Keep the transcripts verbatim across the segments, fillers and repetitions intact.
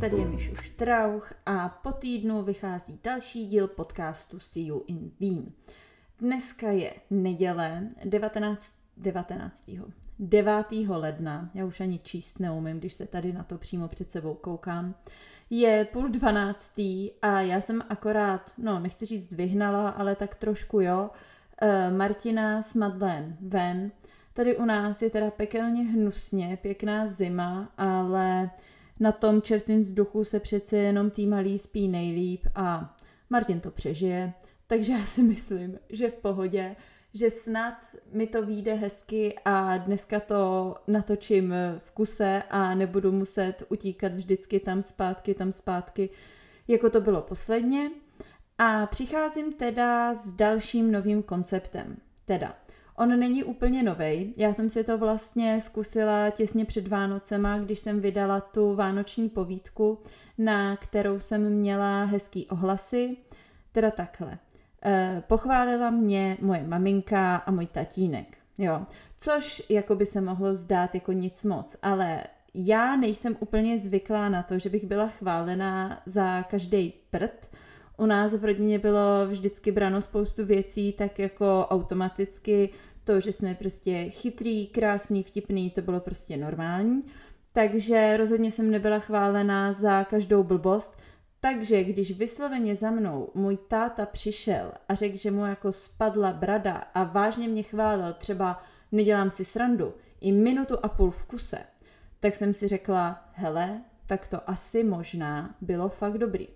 tady je Mišu Štrauch a po týdnu vychází další díl podcastu See You in Wien. Dneska je neděle devatenáctého devátého ledna, já už ani číst neumím, když se tady na to přímo před sebou koukám. Je půl dvanáctý a já jsem akorát, no nechci říct vyhnala, ale tak trošku jo, Martina s Madlen ven. Tady u nás je teda pekelně hnusně, pěkná zima, ale na tom čerstvém vzduchu se přece jenom tý malý spí nejlíp a Martin to přežije, takže já si myslím, že v pohodě, že snad mi to vyjde hezky a dneska to natočím v kuse a nebudu muset utíkat vždycky tam zpátky, tam zpátky, jako to bylo posledně. A přicházím teda s dalším novým konceptem, teda on není úplně novej, já jsem si to vlastně zkusila těsně před Vánocema, když jsem vydala tu vánoční povídku, na kterou jsem měla hezký ohlasy, teda takhle. E, pochválila mě moje maminka a můj tatínek, jo, což jako by se mohlo zdát jako nic moc, ale já nejsem úplně zvyklá na to, že bych byla chválená za každý prd. U nás v rodině bylo vždycky brano spoustu věcí, tak jako automaticky to, že jsme prostě chytrý, krásný, vtipný, to bylo prostě normální. Takže rozhodně jsem nebyla chválená za každou blbost. Takže když vysloveně za mnou můj táta přišel a řekl, že mu jako spadla brada a vážně mě chválil, třeba nedělám si srandu, i minutu a půl v kuse, tak jsem si řekla, hele, tak to asi možná bylo fakt dobrý.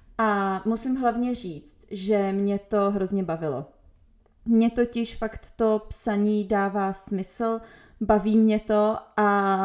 A musím hlavně říct, že mě to hrozně bavilo. Mně totiž fakt to psaní dává smysl, baví mě to a,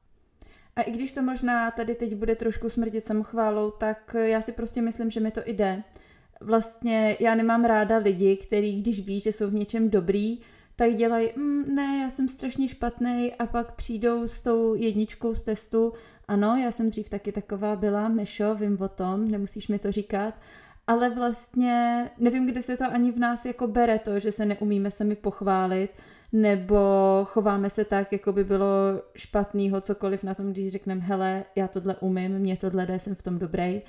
a i když to možná tady teď bude trošku smrdět samochválou, tak já si prostě myslím, že mi to jde. Vlastně já nemám ráda lidi, kteří když ví, že jsou v něčem dobrý, tak dělají, mm, ne, já jsem strašně špatnej a pak přijdou s tou jedničkou z testu. Ano, já jsem dřív taky taková byla, Mešo, vím o tom, nemusíš mi to říkat, ale vlastně nevím, kde se to ani v nás jako bere to, že se neumíme sami pochválit, nebo chováme se tak, jako by bylo špatnýho cokoliv na tom, když řekneme, hele, já tohle umím, mě tohle jde, jsem v tom dobrý.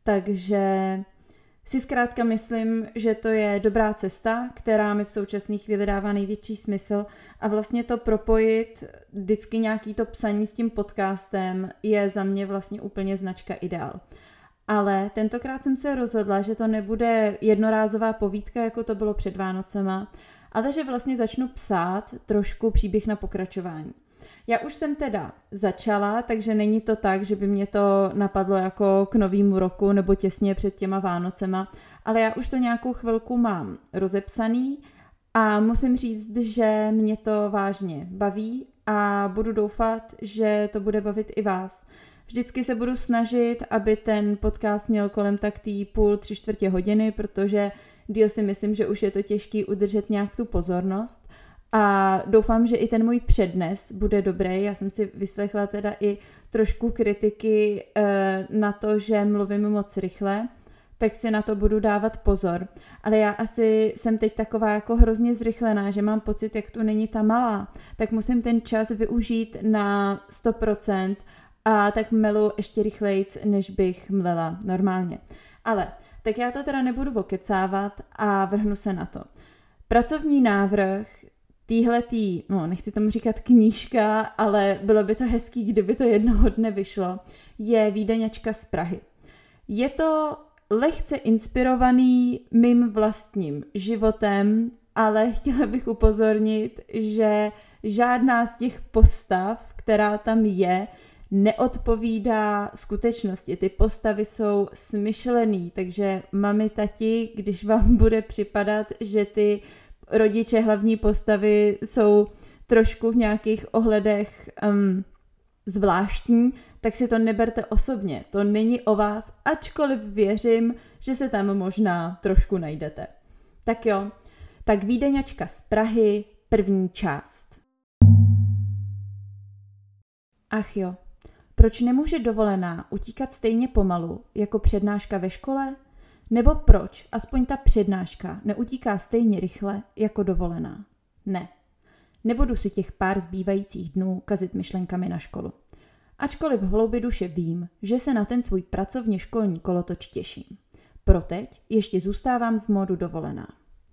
Takže si zkrátka myslím, že to je dobrá cesta, která mi v současné chvíli dává největší smysl a vlastně to propojit vždycky nějaký to psaní s tím podcastem je za mě vlastně úplně značka ideál. Ale tentokrát jsem se rozhodla, že to nebude jednorázová povídka, jako to bylo před Vánocema, ale že vlastně začnu psát trošku příběh na pokračování. Já už jsem teda začala, takže není to tak, že by mě to napadlo jako k novému roku nebo těsně před těma Vánocema, ale já už to nějakou chvilku mám rozepsaný a musím říct, že mě to vážně baví a budu doufat, že to bude bavit i vás. Vždycky se budu snažit, aby ten podcast měl kolem tak tý půl, tři čtvrtě hodiny, protože díl si myslím, že už je to těžký udržet nějak tu pozornost. A doufám, že i ten můj přednes bude dobrý. Já jsem si vyslechla teda i trošku kritiky e, na to, že mluvím moc rychle, tak si na to budu dávat pozor. Ale já asi jsem teď taková jako hrozně zrychlená, že mám pocit, jak tu není ta malá, tak musím ten čas využít na sto procent a tak melu ještě rychlejc, než bych mlela normálně. Ale tak já to teda nebudu okecávat a vrhnu se na to. Pracovní návrh týhletý, no nechci tomu říkat knížka, ale bylo by to hezký, kdyby to jednoho dne vyšlo, je Vídeňačka z Prahy. Je to lehce inspirovaný mým vlastním životem, ale chtěla bych upozornit, že žádná z těch postav, která tam je, neodpovídá skutečnosti. Ty postavy jsou smyšlený, takže mami, tati, když vám bude připadat, že ty rodiče hlavní postavy jsou trošku v nějakých ohledech um, zvláštní, tak si to neberte osobně. To není o vás, ačkoliv věřím, že se tam možná trošku najdete. Tak jo, tak Vídeňačka z Prahy, první část. Ach jo, proč nemůže dovolená utíkat stejně pomalu jako přednáška ve škole? Nebo proč aspoň ta přednáška neutíká stejně rychle jako dovolená? Ne. Nebudu si těch pár zbývajících dnů kazit myšlenkami na školu. Ačkoliv v hloubi duše vím, že se na ten svůj pracovně školní kolotoč těším. Pro teď ještě zůstávám v módu dovolená.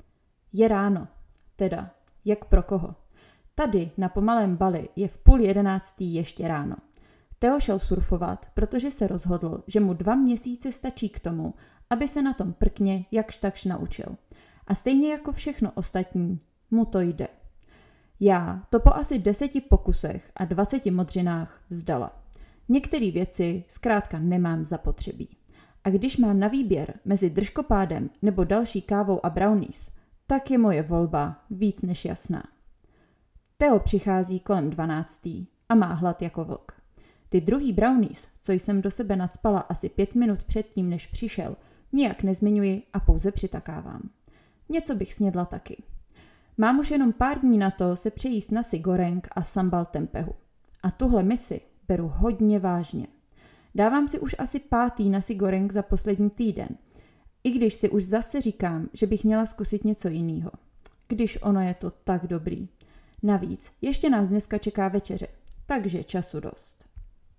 Je ráno. Teda, jak pro koho? Tady na pomalém Bali je v půl jedenáctý ještě ráno. Teo šel surfovat, protože se rozhodl, že mu dva měsíce stačí k tomu, aby se na tom prkně jakž takž naučil. A stejně jako všechno ostatní, mu to jde. Já to po asi deseti pokusech a dvaceti modřinách vzdala. Některé věci zkrátka nemám zapotřebí. A když mám na výběr mezi držkopádem nebo další kávou a brownies, tak je moje volba víc než jasná. Teo přichází kolem dvanáctý a má hlad jako vlk. Ty druhý brownies, co jsem do sebe nacpala asi pět minut předtím, než přišel, nijak nezmiňuji a pouze přitakávám. Něco bych snědla taky. Mám už jenom pár dní na to se přejíst nasi goreng a sambal tempehu. A tuhle misi beru hodně vážně. Dávám si už asi pátý nasi goreng za poslední týden, i když si už zase říkám, že bych měla zkusit něco jiného. Když ono je to tak dobrý. Navíc ještě nás dneska čeká večeře, takže času dost.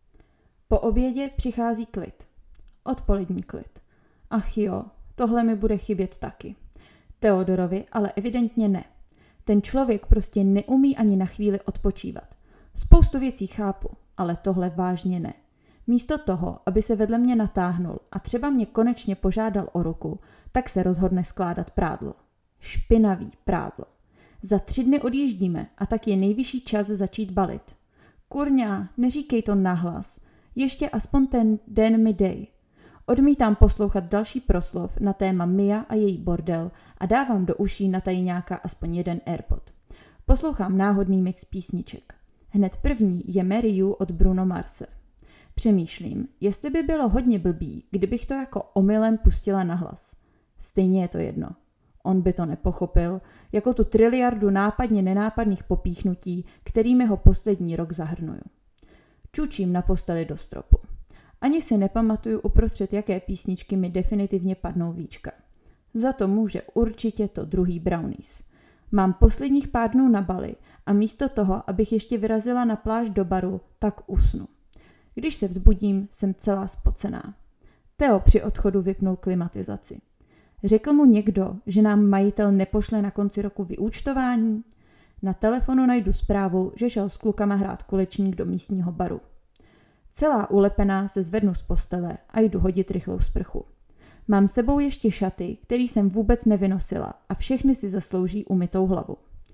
Po obědě přichází klid. Odpolední klid. Ach jo, tohle mi bude chybět taky. Teodorovi ale evidentně ne. Ten člověk prostě neumí ani na chvíli odpočívat. Spoustu věcí chápu, ale tohle vážně ne. Místo toho, aby se vedle mě natáhnul a třeba mě konečně požádal o ruku, tak se rozhodne skládat prádlo. Špinavý prádlo. Za tři dny odjíždíme a tak je nejvyšší čas začít balit. Kurňa, neříkej to nahlas. Ještě aspoň ten den mi dej. Odmítám poslouchat další proslov na téma Mia a její bordel a dávám do uší na tajňáka aspoň jeden AirPod. Poslouchám náhodný mix písniček. Hned první je Mary You od Bruno Marse. Přemýšlím, jestli by bylo hodně blbý, kdybych to jako omylem pustila nahlas. Stejně je to jedno. On by to nepochopil, jako tu triliardu nápadně nenápadných popíchnutí, kterými ho poslední rok zahrnuju. Čučím na posteli do stropu. Ani si nepamatuju uprostřed jaké písničky mi definitivně padnou víčka. Za to může určitě to druhý brownies. Mám posledních pár dnů na Bali a místo toho, abych ještě vyrazila na pláž do baru, tak usnu. Když se vzbudím, jsem celá spocená. Teo při odchodu vypnul klimatizaci. Řekl mu někdo, že nám majitel nepošle na konci roku vyúčtování? Na telefonu najdu zprávu, že šel s klukama hrát kulečník do místního baru. Celá ulepená se zvednu z postele a jdu hodit rychlou sprchu. Mám sebou ještě šaty, které jsem vůbec nevynosila a všechny si zaslouží umytou hlavu.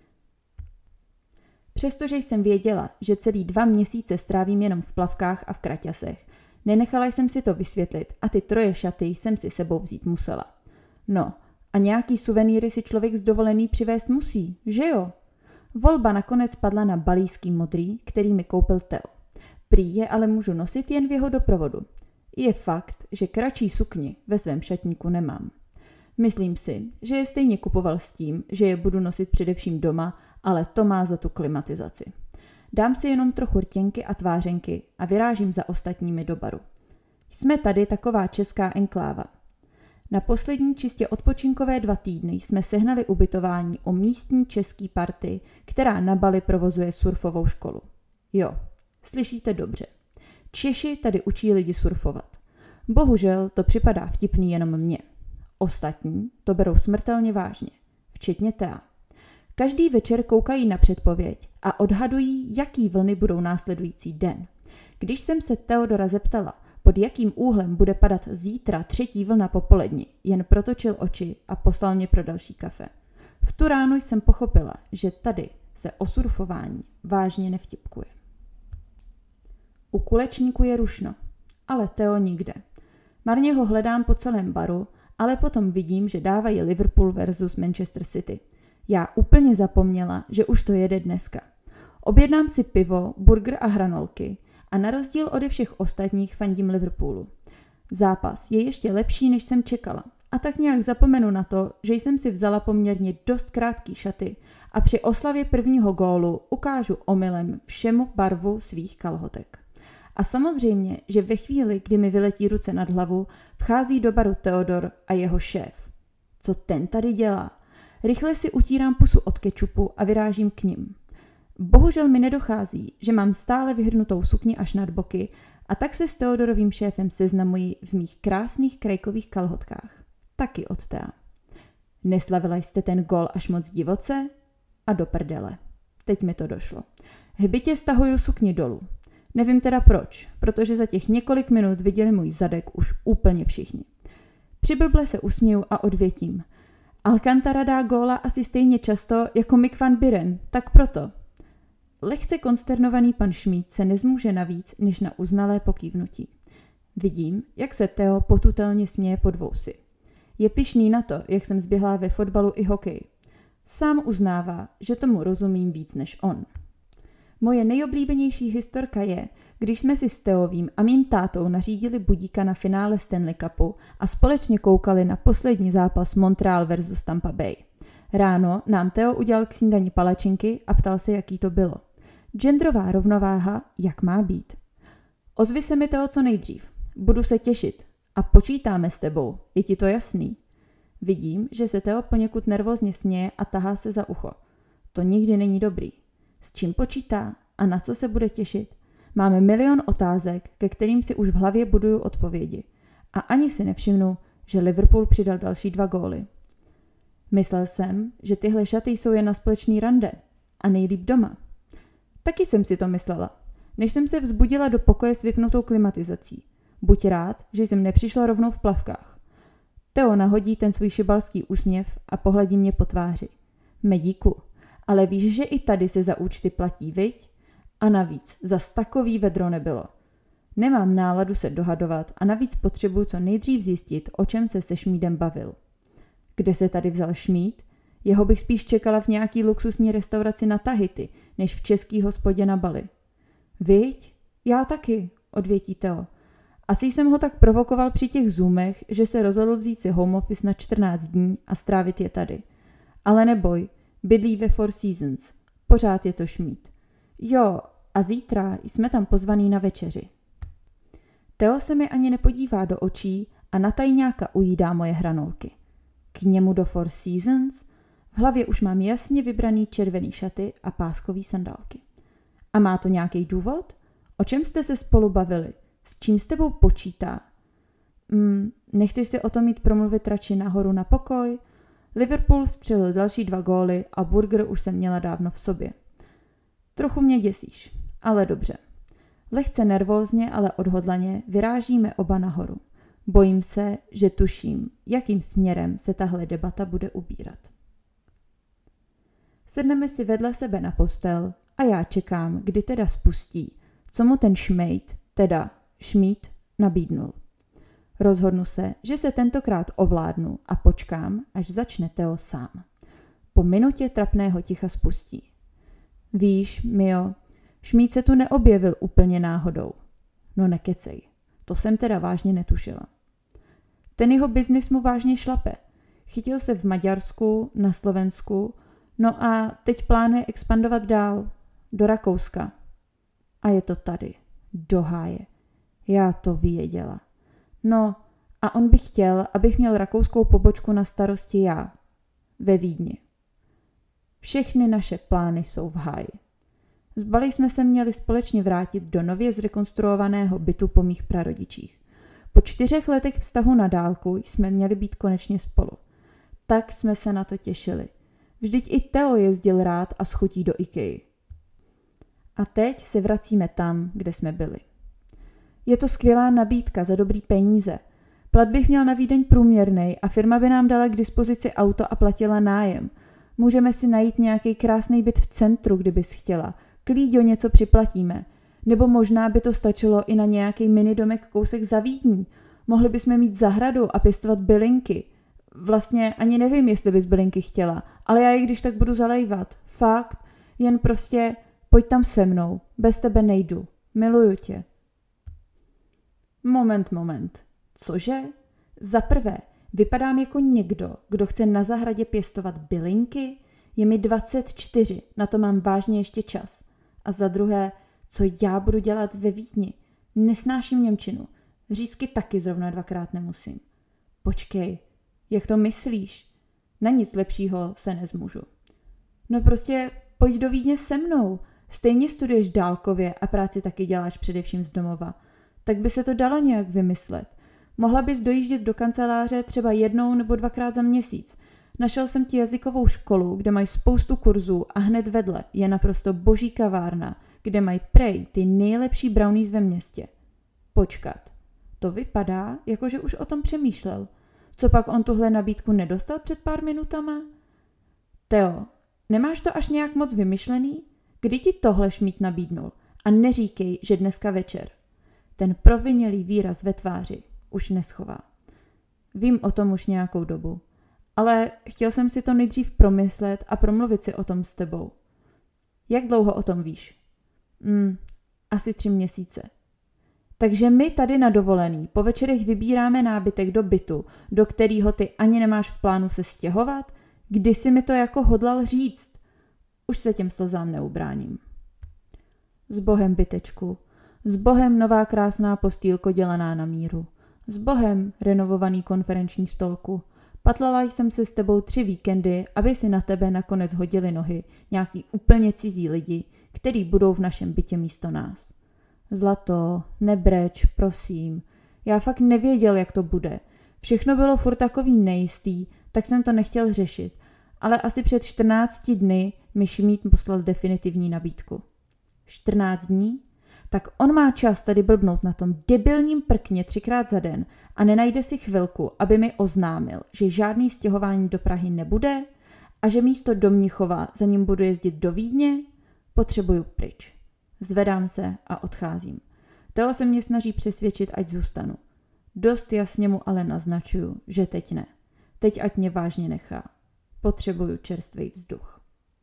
Přestože jsem věděla, že celý dva měsíce strávím jenom v plavkách a v kraťasech, nenechala jsem si to vysvětlit a ty troje šaty jsem si sebou vzít musela. No, a nějaký suvenýry si člověk z dovolený přivést musí, že jo? Volba nakonec padla na balijský modrý, který mi koupil Teo. Prý je ale můžu nosit jen v jeho doprovodu. Je fakt, že kratší sukni ve svém šatníku nemám. Myslím si, že je stejně kupoval s tím, že je budu nosit především doma, ale to má za tu klimatizaci. Dám si jenom trochu rtěnky a tvářenky a vyrážím za ostatními do baru. Jsme tady taková česká enkláva. Na poslední čistě odpočinkové dva týdny jsme sehnali ubytování o místní český party, která na Bali provozuje surfovou školu. Jo, slyšíte dobře. Češi tady učí lidi surfovat. Bohužel to připadá vtipný jenom mně. Ostatní to berou smrtelně vážně, včetně Tea. Každý večer koukají na předpověď a odhadují, jaký vlny budou následující den. Když jsem se Teodora zeptala, pod jakým úhlem bude padat zítra třetí vlna popolední, jen protočil oči a poslal mě pro další kafe. V tu ránu jsem pochopila, že tady se o surfování vážně nevtipkuje. U kulečníku je rušno, ale Teo nikde. Marně ho hledám po celém baru, ale potom vidím, že dávají Liverpool versus Manchester City. Já úplně zapomněla, že už to jede dneska. Objednám si pivo, burger a hranolky a na rozdíl ode všech ostatních fandím Liverpoolu. Zápas je ještě lepší, než jsem čekala a tak nějak zapomenu na to, že jsem si vzala poměrně dost krátký šaty a při oslavě prvního gólu ukážu omylem všemu barvu svých kalhotek. A samozřejmě, že ve chvíli, kdy mi vyletí ruce nad hlavu, vchází do baru Teodor a jeho šéf. Co ten tady dělá? Rychle si utírám pusu od kečupu a vyrážím k nim. Bohužel mi nedochází, že mám stále vyhrnutou sukni až nad boky a tak se s Teodorovým šéfem seznamuji v mých krásných krajkových kalhotkách. Taky od Tea. Neslavila jste ten gól až moc divoce? A do prdele. Teď mi to došlo. Hbitě stahuju sukni dolů. Nevím teda proč, protože za těch několik minut viděli můj zadek už úplně všichni. Přiblble se usměju a odvětím. Alcantara dá góla asi stejně často jako Mick van Buren, tak proto. Lehce konsternovaný pan Schmid se nezmůže navíc, než na uznalé pokývnutí. Vidím, jak se Theo potutelně směje pod vousy. Je pyšný na to, jak jsem zběhlá ve fotbalu i hokeji. Sám uznává, že tomu rozumím víc než on. Moje nejoblíbenější historka je, když jsme si s Teovým a mým tátou nařídili budíka na finále Stanley Cupu a společně koukali na poslední zápas Montreal versus Tampa Bay. Ráno nám Teo udělal k snídani palačinky a ptal se, jaký to bylo. Genderová rovnováha, jak má být. Ozvi se mi Teo co nejdřív. Budu se těšit. A počítáme s tebou. Je ti to jasný? Vidím, že se Teo poněkud nervózně směje a tahá se za ucho. To nikdy není dobrý. S čím počítá a na co se bude těšit? Máme milion otázek, ke kterým si už v hlavě buduju odpovědi. A ani si nevšimnu, že Liverpool přidal další dva góly. Myslel jsem, že tyhle šaty jsou jen na společný rande a nejlíp doma. Taky jsem si to myslela, než jsem se vzbudila do pokoje s vypnutou klimatizací. Buď rád, že jsem nepřišla rovnou v plavkách. Teo nahodí ten svůj šibalský úsměv a pohladí mě po tváři. Medíku, ale víš, že i tady se za účty platí, viď? A navíc, zas takový vedro nebylo. Nemám náladu se dohadovat a navíc potřebuji co nejdřív zjistit, o čem se se Schmidem bavil. Kde se tady vzal Schmid? Jeho bych spíš čekala v nějaký luxusní restauraci na Tahiti, než v český hospodě na Bali. Viď? Já taky, odvětí Teo. Asi jsem ho tak provokoval při těch zoomech, že se rozhodl vzít si home office na čtrnáct dní a strávit je tady. Ale neboj, bydlí ve Four Seasons. Pořád je to Schmid. Jo, a zítra jsme tam pozvaný na večeři. Teo se mi ani nepodívá do očí a na tajňáka ujídá moje hranolky. K němu do Four Seasons? V hlavě už mám jasně vybraný červený šaty a páskový sandálky. A má to nějaký důvod? O čem jste se spolu bavili? S čím s tebou počítá? Hmm, nechceš si o tom mít promluvit radši nahoru na pokoj? Liverpool vstřelil další dva góly a burger už jsem měla dávno v sobě. Trochu mě děsíš, ale dobře. Lehce nervózně, ale odhodlaně vyrážíme oba nahoru. Bojím se, že tuším, jakým směrem se tahle debata bude ubírat. Sedneme si vedle sebe na postel a já čekám, kdy teda spustí, co mu ten Schmid, teda Schmid, nabídnul. Rozhodnu se, že se tentokrát ovládnu a počkám, až začne Teo sám. Po minutě trapného ticha spustí. Víš, Mio, Schmid se tu neobjevil úplně náhodou. No nekecej, to jsem teda vážně netušila. Ten jeho biznis mu vážně šlape. Chytil se v Maďarsku, na Slovensku, no a teď plánuje expandovat dál, do Rakouska. A je to tady, do háje. Já to věděla. No a on by chtěl, abych měl rakouskou pobočku na starosti já, ve Vídni. Všechny naše plány jsou v háji. Z Bali jsme se měli společně vrátit do nově zrekonstruovaného bytu po mých prarodičích. Po čtyřech letech vztahu na dálku jsme měli být konečně spolu. Tak jsme se na to těšili. Vždyť i Teo jezdil rád a schutí do IKEA. A teď se vracíme tam, kde jsme byli. Je to skvělá nabídka za dobrý peníze. Plat bych měl na Vídeň průměrnej a firma by nám dala k dispozici auto a platila nájem. Můžeme si najít nějaký krásný byt v centru, kdybys chtěla. Klíďo, něco připlatíme. Nebo možná by to stačilo i na nějaký minidomek kousek za Vídní. Mohli bychom mít zahradu a pěstovat bylinky. Vlastně ani nevím, jestli bys bylinky chtěla, ale já je když tak budu zalejvat. Fakt, jen prostě pojď tam se mnou. Bez tebe nejdu. Miluju tě. Moment, moment. Cože? Za prvé, vypadám jako někdo, kdo chce na zahradě pěstovat bylinky? Je mi dvacet čtyři, na to mám vážně ještě čas. A za druhé, co já budu dělat ve Vídni? Nesnáším němčinu. Řízky taky zrovna dvakrát nemusím. Počkej, jak to myslíš? Na nic lepšího se nezmůžu. No prostě pojď do Vídně se mnou. Stejně studuješ dálkově a práci taky děláš především z domova. Tak by se to dalo nějak vymyslet. Mohla bys dojíždět do kanceláře třeba jednou nebo dvakrát za měsíc. Našel jsem ti jazykovou školu, kde mají spoustu kurzů a hned vedle je naprosto boží kavárna, kde mají prej ty nejlepší brownies ve městě. Počkat, to vypadá, jako že už o tom přemýšlel. Co pak on tuhle nabídku nedostal před pár minutama? Teo, nemáš to až nějak moc vymyšlený? Kdy ti tohle šmít nabídnul? A neříkej, že dneska večer. Ten provinělý výraz ve tváři už neschová. Vím o tom už nějakou dobu, ale chtěl jsem si to nejdřív promyslet a promluvit si o tom s tebou. Jak dlouho o tom víš? Hmm, asi tři měsíce. Takže my tady na dovolený po večerech vybíráme nábytek do bytu, do kterého ty ani nemáš v plánu se stěhovat? Kdy jsi mi to jako hodlal říct? Už se těm slzám neubráním. S Bohem, bytečku. S Bohem nová krásná postýlko dělaná na míru. S Bohem renovovaný konferenční stolku. Patlala jsem se s tebou tři víkendy, aby si na tebe nakonec hodili nohy nějaký úplně cizí lidi, který budou v našem bytě místo nás. Zlato, nebreč, prosím. Já fakt nevěděl, jak to bude. Všechno bylo furt takový nejistý, tak jsem to nechtěl řešit. Ale asi před čtrnácti dny mi Šmíd poslal definitivní nabídku. čtrnáct dní? Tak on má čas tady blbnout na tom debilním prkně třikrát za den a nenajde si chvilku, aby mi oznámil, že žádný stěhování do Prahy nebude a že místo do Mnichova za ním budu jezdit do Vídně? Potřebuju pryč. Zvedám se a odcházím. Teo se mě snaží přesvědčit, ať zůstanu. Dost jasně mu ale naznačuju, že teď ne. Teď ať mě vážně nechá. Potřebuju čerstvý vzduch.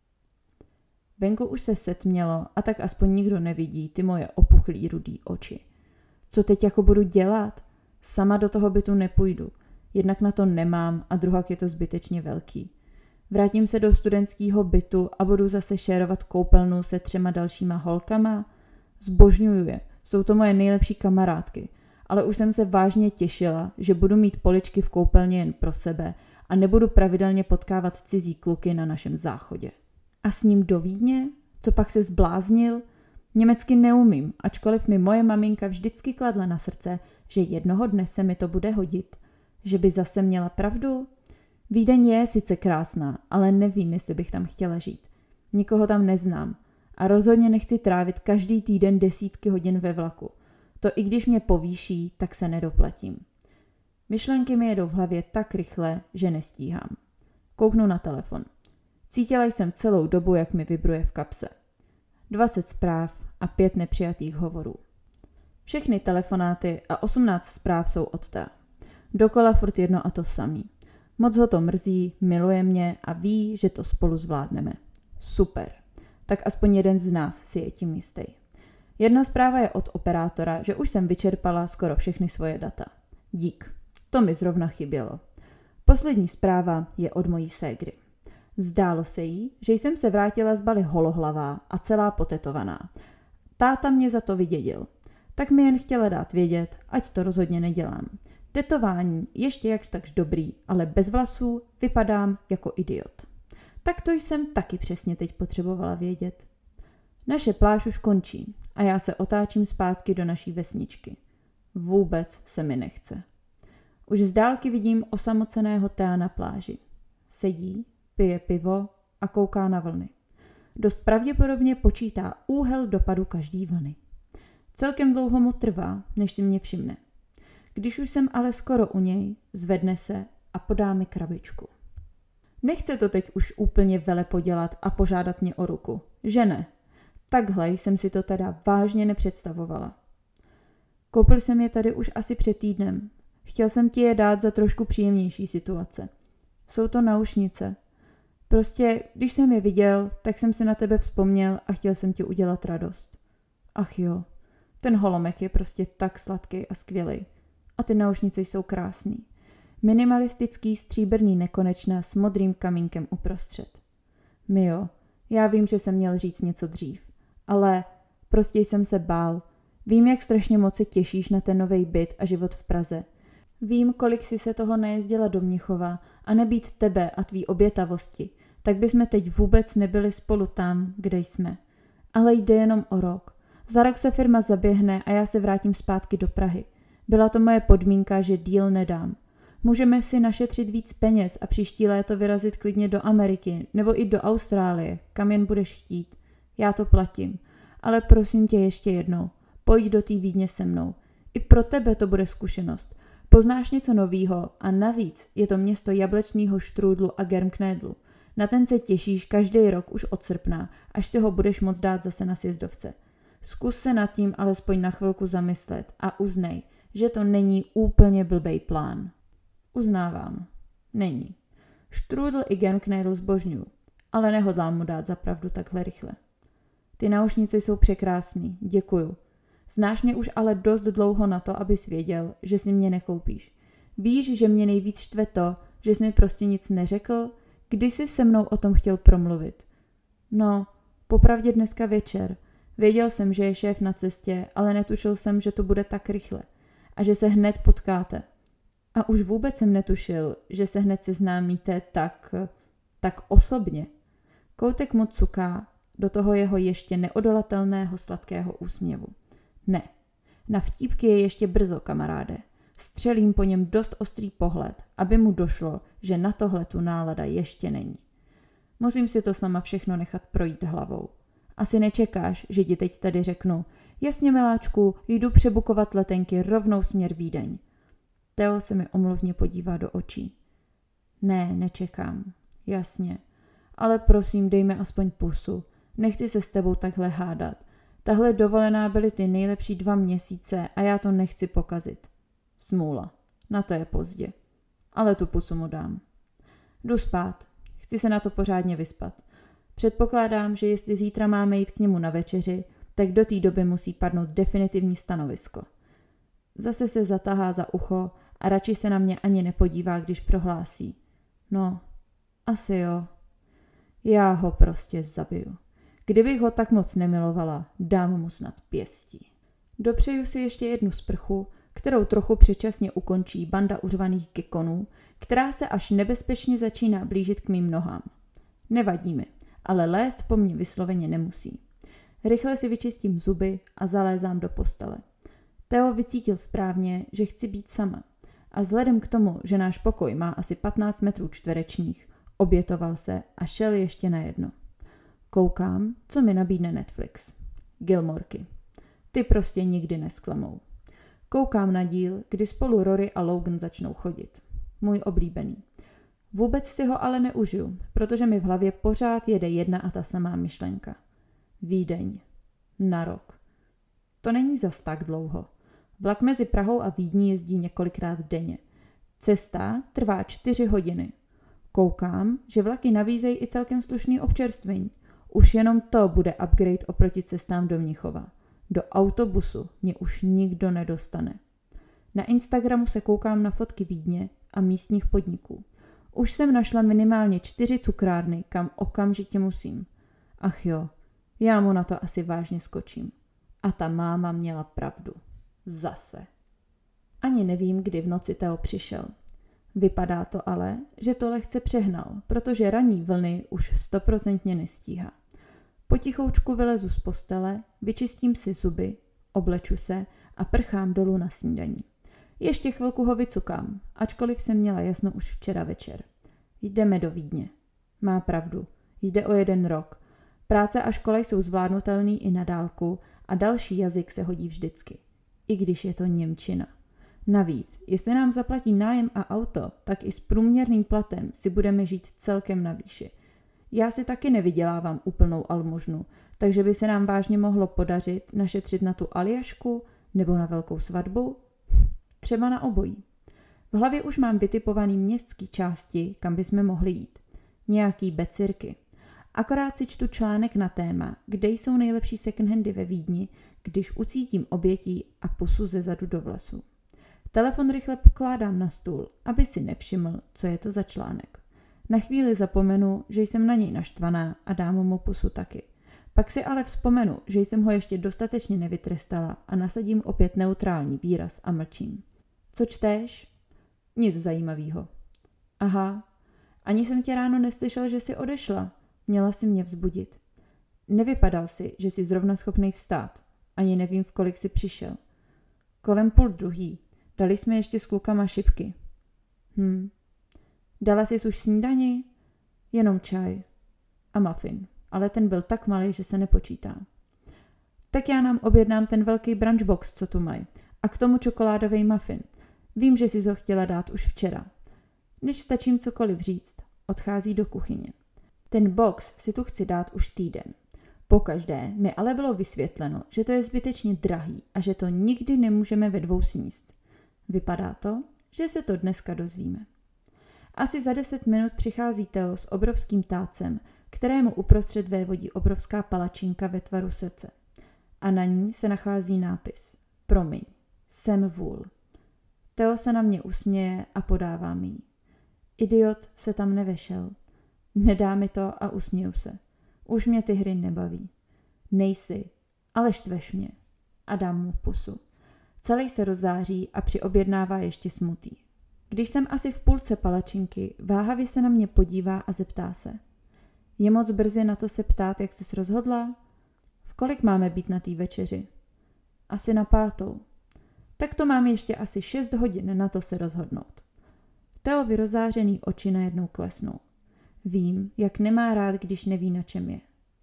Venku už se setmělo a tak aspoň nikdo nevidí ty moje opuchlý rudý oči. Co teď jako budu dělat? Sama do toho bytu nepůjdu. Jednak na to nemám a druhak je to zbytečně velký. Vrátím se do studentského bytu a budu zase šérovat koupelnu se třema dalšíma holkama. Zbožňuju je, jsou to moje nejlepší kamarádky, ale už jsem se vážně těšila, že budu mít poličky v koupelně jen pro sebe a nebudu pravidelně potkávat cizí kluky na našem záchodě. A s ním do Vídně? Co pak se zbláznil? Německy neumím, ačkoliv mi moje maminka vždycky kladla na srdce, že jednoho dne se mi to bude hodit. Že by zase měla pravdu? Vídeň je sice krásná, ale nevím, jestli bych tam chtěla žít. Nikoho tam neznám a rozhodně nechci trávit každý týden desítky hodin ve vlaku. To i když mě povýší, tak se nedoplatím. Myšlenky mi jedou v hlavě tak rychle, že nestíhám. Kouknu na telefon. Cítila jsem celou dobu, jak mi vibruje v kapse. dvacet zpráv a pět nepřijatých hovorů. Všechny telefonáty a osmnáct zpráv jsou od té. Dokola furt jedno a to samý. Moc ho to mrzí, miluje mě a ví, že to spolu zvládneme. Super. Tak aspoň jeden z nás si je tím jistý. Jedna zpráva je od operátora, že už jsem vyčerpala skoro všechny svoje data. Dík. To mi zrovna chybělo. Poslední zpráva je od mojí ségry. Zdálo se jí, že jsem se vrátila z Bali holohlavá a celá potetovaná. Táta mě za to vydědil. Tak mi jen chtěla dát vědět, ať to rozhodně nedělám. Tetování ještě jakž takž dobrý, ale bez vlasů vypadám jako idiot. Tak to jsem taky přesně teď potřebovala vědět. Naše pláž už končí a já se otáčím zpátky do naší vesničky. Vůbec se mi nechce. Už z dálky vidím osamoceného Tea na pláži. Sedí, pije pivo a kouká na vlny. Dost pravděpodobně počítá úhel dopadu každý vlny. Celkem dlouho mu trvá, než si mě všimne. Když už jsem ale skoro u něj, zvedne se a podá mi krabičku. Nechce to teď už úplně vele podělat a požádat mě o ruku, že ne? Takhle jsem si to teda vážně nepředstavovala. Koupil jsem je tady už asi před týdnem. Chtěl jsem ti je dát za trošku příjemnější situace. Jsou to naušnice. Prostě, když jsem je viděl, tak jsem si na tebe vzpomněl a chtěl jsem ti udělat radost. Ach jo, ten holomek je prostě tak sladký a skvělý. A ty naušnice jsou krásný. Minimalistický stříbrný nekonečná s modrým kamínkem uprostřed. Mio, já vím, že jsem měl říct něco dřív, ale prostě jsem se bál. Vím, jak strašně moc se těšíš na ten novej byt a život v Praze. Vím, kolik si se toho najezdila do Mnichova a nebýt tebe a tvý obětavosti, tak bychom teď vůbec nebyli spolu tam, kde jsme. Ale jde jenom o rok. Za rok se firma zaběhne a já se vrátím zpátky do Prahy. Byla to moje podmínka, že díl nedám. Můžeme si našetřit víc peněz a příští léto vyrazit klidně do Ameriky nebo i do Austrálie, kam jen budeš chtít. Já to platím. Ale prosím tě ještě jednou, pojď do té Vídně se mnou. I pro tebe to bude zkušenost. Poznáš něco novýho a navíc je to město jablečního štrůdlu a germknédlu. Na ten se těšíš každý rok už od srpna, až si ho budeš moct dát zase na sjezdovce. Zkus se nad tím alespoň na chvilku zamyslet a uznej, že to není úplně blbej plán. Uznávám. Není. Štrůdl i germknédl zbožňuju, ale nehodlám mu dát za pravdu takhle rychle. Ty náušnice jsou překrásný, děkuju. Znáš mě už ale dost dlouho na to, abys věděl, že si mě nekoupíš. Víš, že mě nejvíc štve to, že jsi mi prostě nic neřekl? Kdy jsi se mnou o tom chtěl promluvit? No, popravdě dneska večer. Věděl jsem, že je šéf na cestě, ale netušil jsem, že to bude tak rychle. A že se hned potkáte. A už vůbec jsem netušil, že se hned seznámíte tak, tak osobně. Koutek mu cuká do toho jeho ještě neodolatelného sladkého úsměvu. Ne, na vtípky je ještě brzo, kamaráde. Střelím po něm dost ostrý pohled, aby mu došlo, že na tohle tu nálada ještě není. Musím si to sama všechno nechat projít hlavou. Asi nečekáš, že ti teď tady řeknu, jasně miláčku, jdu přebukovat letenky rovnou směr Vídeň. Theo se mi omluvně podívá do očí. Ne, nečekám. Jasně. Ale prosím, dej mi aspoň pusu. Nechci se s tebou takhle hádat. Tahle dovolená byly ty nejlepší dva měsíce a já to nechci pokazit. Smůla. Na to je pozdě. Ale tu pusu mu dám. Jdu spát. Chci se na to pořádně vyspat. Předpokládám, že jestli zítra máme jít k němu na večeři, tak do té doby musí padnout definitivní stanovisko. Zase se zatahá za ucho a radši se na mě ani nepodívá, když prohlásí. No, asi jo. Já ho prostě zabiju. Kdybych ho tak moc nemilovala, dám mu snad pěstí. Dopřeju si ještě jednu sprchu, kterou trochu předčasně ukončí banda uřvaných gekonů, která se až nebezpečně začíná blížit k mým nohám. Nevadí mi, ale lézt po mně vysloveně nemusí. Rychle si vyčistím zuby a zalézám do postele. Theo vycítil správně, že chci být sama. A vzhledem k tomu, že náš pokoj má asi patnáct metrů čtverečních, obětoval se a šel ještě na jedno. Koukám, co mi nabídne Netflix. Gilmorky. Ty prostě nikdy nesklamou. Koukám na díl, kdy spolu Rory a Logan začnou chodit. Můj oblíbený. Vůbec si ho ale neužiju, protože mi v hlavě pořád jede jedna a ta samá myšlenka. Vídeň. Na rok. To není zas tak dlouho. Vlak mezi Prahou a Vídní jezdí několikrát denně. Cesta trvá čtyři hodiny. Koukám, že vlaky nabízejí i celkem slušný občerstvení. Už jenom to bude upgrade oproti cestám do Mnichova. Do autobusu mě už nikdo nedostane. Na Instagramu se koukám na fotky Vídně a místních podniků. Už jsem našla minimálně čtyři cukrárny, kam okamžitě musím. Ach jo, já mu na to asi vážně skočím. A ta máma měla pravdu. Zase. Ani nevím, kdy v noci Theo přišel. Vypadá to ale, že to lehce přehnal, protože ranní vlny už stoprocentně nestíhá. Potichoučku vylezu z postele, vyčistím si zuby, obleču se a prchám dolů na snídaní. Ještě chvilku ho vycukám, ačkoliv jsem měla jasno už včera večer. Jdeme do Vídně. Má pravdu. Jde o jeden rok. Práce a škola jsou zvládnutelný i na dálku a další jazyk se hodí vždycky. I když je to němčina. Navíc, jestli nám zaplatí nájem a auto, tak i s průměrným platem si budeme žít celkem na výši. Já si taky nevydělávám úplnou almužnu, takže by se nám vážně mohlo podařit našetřit na tu Aljašku nebo na velkou svatbu. Třeba na obojí. V hlavě už mám vytipovaný městský části, kam bychom mohli jít. Nějaký becirky. Akorát si čtu článek na téma, kde jsou nejlepší secondhandy ve Vídni, když ucítím obětí a pusu ze zadu do vlasu. Telefon rychle pokládám na stůl, aby si nevšiml, co je to za článek. Na chvíli zapomenu, že jsem na něj naštvaná a dám mu pusu taky. Pak si ale vzpomenu, že jsem ho ještě dostatečně nevytrestala a nasadím opět neutrální výraz a mlčím. Co čteš? Nic zajímavého. Aha. Ani jsem tě ráno neslyšel, že jsi odešla. Měla si mě vzbudit. Nevypadal si, že jsi zrovna schopnej vstát. Ani nevím, v kolik jsi přišel. Kolem půl druhý. Dali jsme ještě s klukama šipky. Hm. Dala jsi už snídani? Jenom čaj. A muffin. Ale ten byl tak malý, že se nepočítá. Tak já nám objednám ten velký brunch box, co tu mají. A k tomu čokoládový muffin. Vím, že jsi ho chtěla dát už včera. Než stačím cokoliv říct, odchází do kuchyně. Ten box si tu chci dát už týden. Pokaždé mi ale bylo vysvětleno, že to je zbytečně drahý a že to nikdy nemůžeme ve dvou sníst. Vypadá to, že se to dneska dozvíme. Asi za deset minut přichází Theo s obrovským tácem, kterému uprostřed vévodí obrovská palačinka ve tvaru srdce. A na ní se nachází nápis. Promiň, jsem vůl. Theo se na mě usměje a podává mi ji. Idiot se tam nevešel. Nedá mi to a usměju se. Už mě ty hry nebaví. Nejsi, ale štveš mě. A dám mu pusu. Celý se rozzáří a přiobjednává ještě smutý. Když jsem asi v půlce palačinky, váhavě se na mě podívá a zeptá se. Je moc brzy na to se ptát, jak jsi rozhodla? V kolik máme být na té večeři? Asi na pátou. Tak to mám ještě asi šest hodin na to se rozhodnout. Teovi rozzářený oči najednou klesnou. Vím, jak nemá rád, když neví, na čem je.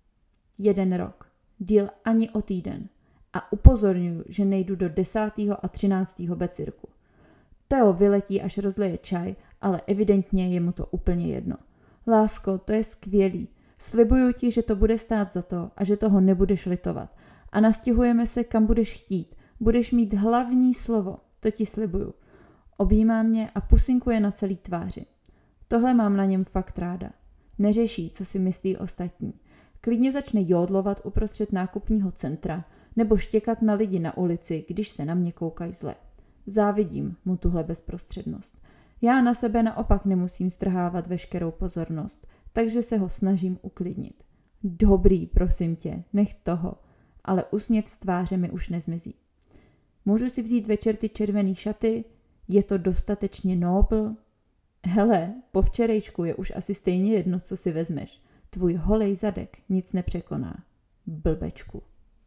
Jeden rok. Díl ani o týden. A upozorňuji, že nejdu do desátého a třináctého becirku. Theo vyletí, až rozleje čaj, ale evidentně je mu to úplně jedno. Lásko, to je skvělý. Slibuju ti, že to bude stát za to a že toho nebudeš litovat. A nastěhujeme se, kam budeš chtít. Budeš mít hlavní slovo, to ti slibuju. Objímá mě a pusinkuje na celý tváři. Tohle mám na něm fakt ráda. Neřeší, co si myslí ostatní. Klidně začne jódlovat uprostřed nákupního centra nebo štěkat na lidi na ulici, když se na mě koukají zle. Závidím mu tuhle bezprostřednost. Já na sebe naopak nemusím strhávat veškerou pozornost, takže se ho snažím uklidnit. Dobrý, prosím tě, nech toho, ale úsměv z tváře mi už nezmizí. Můžu si vzít večer ty červený šaty? Je to dostatečně nobl? Hele, po včerejšku je už asi stejně jedno, co si vezmeš. Tvůj holej zadek nic nepřekoná. Blbečku.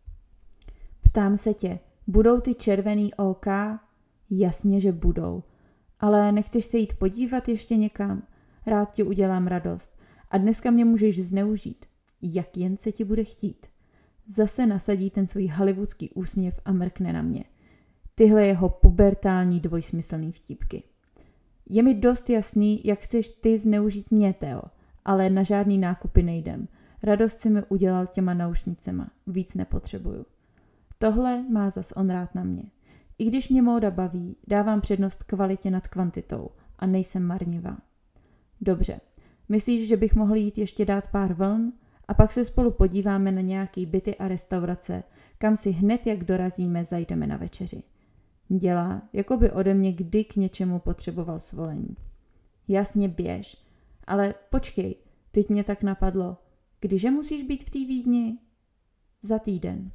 Ptám se tě, budou ty červený OK? Jasně, že budou. Ale nechceš se jít podívat ještě někam? Rád ti udělám radost. A dneska mě můžeš zneužít. Jak jen se ti bude chtít. Zase nasadí ten svůj hollywoodský úsměv a mrkne na mě. Tyhle jeho pubertální dvojsmyslný vtípky. Je mi dost jasný, jak chceš ty zneužít mě, Theo, ale na žádný nákupy nejdem. Radost si mi udělal těma naušnicema. Víc nepotřebuju. Tohle má zas on rád na mě. I když mě móda baví, dávám přednost kvalitě nad kvantitou a nejsem marnivá. Dobře, myslíš, že bych mohl jít ještě dát pár vln? A pak se spolu podíváme na nějaký byty a restaurace, kam si hned jak dorazíme, zajdeme na večeři. Dělá, jako by ode mě kdy k něčemu potřeboval svolení. Jasně, běž, ale počkej, teď mě tak napadlo, kdyže musíš být v té Vídni? Za týden.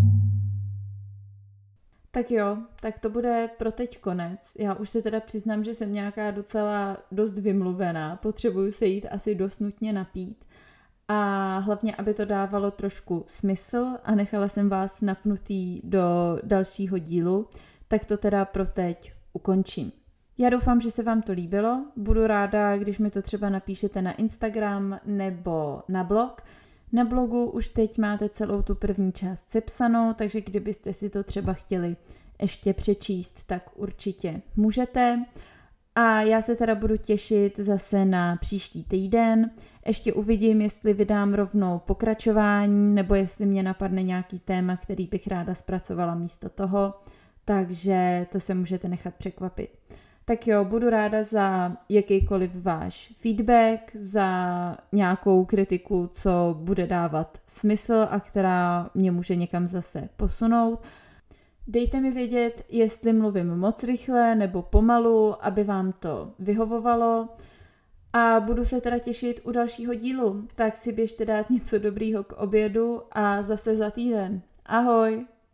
Tak jo, tak to bude pro teď konec. Já už se teda přiznám, že jsem nějaká docela dost vymluvená, potřebuju se jít asi dost nutně napít. A hlavně, aby to dávalo trošku smysl a nechala jsem vás napnutý do dalšího dílu, tak to teda pro teď ukončím. Já doufám, že se vám to líbilo. Budu ráda, když mi to třeba napíšete na Instagram nebo na blog. Na blogu už teď máte celou tu první část sepsanou, takže kdybyste si to třeba chtěli ještě přečíst, tak určitě můžete. A já se teda budu těšit zase na příští týden. Ještě uvidím, jestli vydám rovnou pokračování, nebo jestli mě napadne nějaký téma, který bych ráda zpracovala místo toho. Takže to se můžete nechat překvapit. Tak jo, budu ráda za jakýkoliv váš feedback, za nějakou kritiku, co bude dávat smysl a která mě může někam zase posunout. Dejte mi vědět, jestli mluvím moc rychle nebo pomalu, aby vám to vyhovovalo. A budu se teda těšit u dalšího dílu. Tak si běžte dát něco dobrýho k obědu a zase za týden. Ahoj!